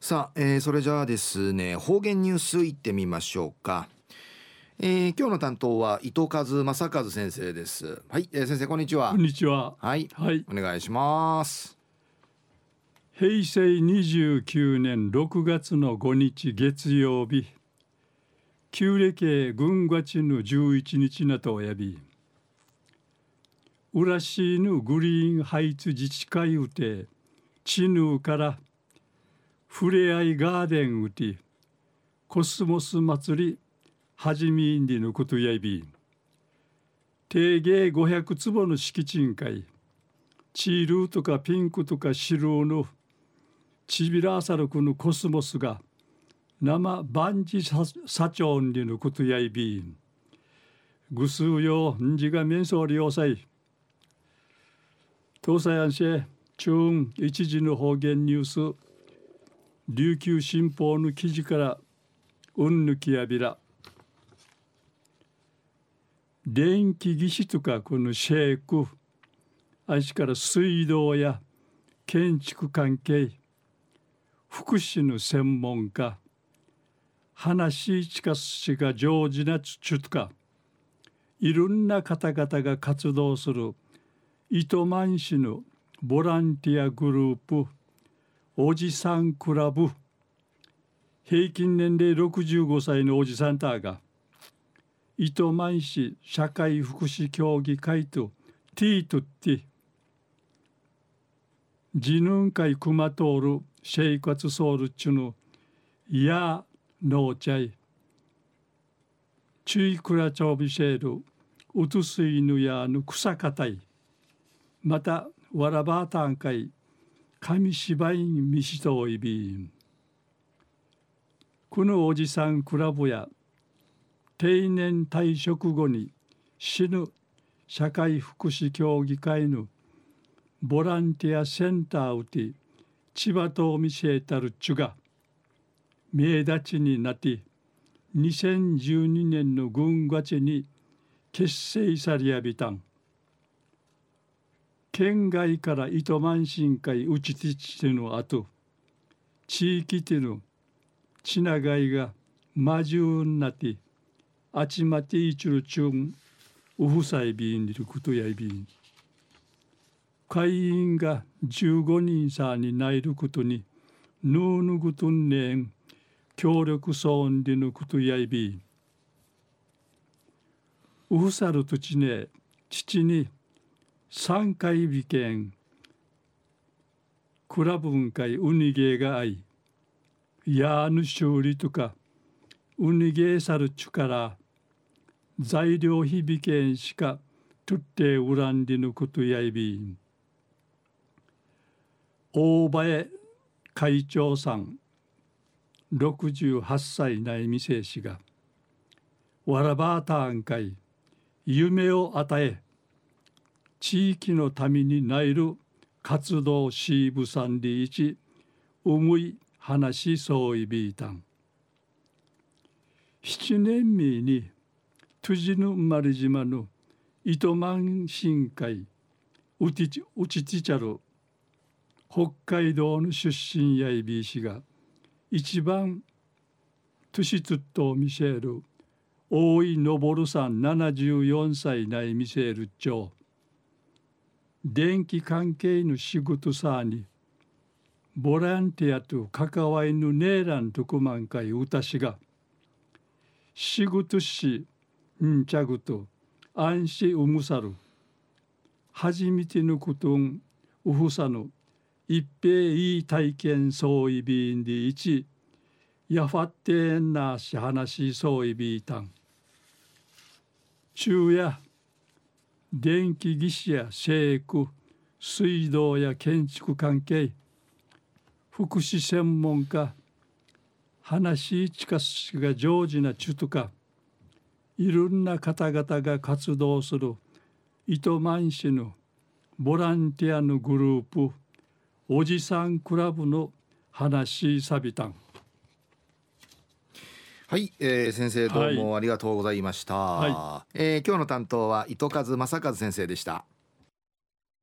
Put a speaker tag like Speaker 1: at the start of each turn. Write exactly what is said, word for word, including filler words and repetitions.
Speaker 1: さあ、えーそれじゃあですね、方言ニュースいってみましょうか。えー今日の担当は伊藤和正和先生です。はい、えー先生こんにちは。
Speaker 2: こんにちは。
Speaker 1: はい、
Speaker 2: はい。
Speaker 1: お願いします。
Speaker 2: 平成にじゅうきゅうねんろくがつのごにち月曜日、旧暦軍がちぬじゅういちにちなとおやび、浦市ぬグリーンハイツ自治会うて、チヌからふれあいガーデンうて、コスモス祭りはじみんりぬことやび、定芸ごひゃくつぼの敷地ん会、チールーとかピンクとか白のちびらさるくのコスモスが生万事社長にのことやいびんぐすうよんじが面相利用さい東西安市中一時の方言ニュース琉球新報の記事からうんぬきやびら電気技師とかこのシェイクあしから水道や建築関係福祉の専門家話し近しが上手なちゅとかいろんな方々が活動する糸満市のボランティアグループおじさんクラブ平均年齢ろくじゅうごさいのおじさんたが糸満市社会福祉協議会とティートティジヌン会クマトール生活ソウルチュヌや農茶いチュイクラチョビシェールウトスイヌヤヌ草かたいまたわらばたんかい紙芝居にみしといびんこのおじさんクラブや定年退職後に死ぬ社会福祉協議会のボランティアセンターうて千葉と見せたるちゅが名立ちになってにせんじゅうにねんの軍月に結成されやびたん県外から糸満新会うちてちてのあと地域てのちながいがまじゅうんなってあちまていちるちゅんうふさいびんにることやいびん会員がじゅうごにんさにないることにぬうぬぐとんねん協力そうんでぬことやいびうふさるとちね父に三回びけんクラブン会ウニゲーがあいやーぬ修理とかウニゲーさるちゅから材料費びけんしかとってうらんでぬことやいびん大林会長さんろくじゅうはっさいないみせいしがわらばーたんかい夢を与え地域のためにないる活動しぶさんでいち思い話しそういびいたん七年目にトゥジヌ生まれ島の糸満新会うちちうちちちゃる北海道の出身やいびいしが一番年つっと見せる大井昇さんななじゅうよんさいない見せるちょ電気関係の仕事さにボランティアと関わりのねえらんとこまんかいうたしが仕事しんちゃぐと安心うむさる初めてのことんうふさの一平いい体験そういびんでいちやファってんなし話そういびいたん昼夜電気技師や生育水道や建築関係福祉専門家話し近しが上手なちゅとかいろんな方々が活動する糸満市のボランティアのグループおじさんクラブの話さびたん
Speaker 1: はい、えー先生どうもありがとうございました。
Speaker 2: は
Speaker 1: えー今日の担当は伊藤和正和先生でした。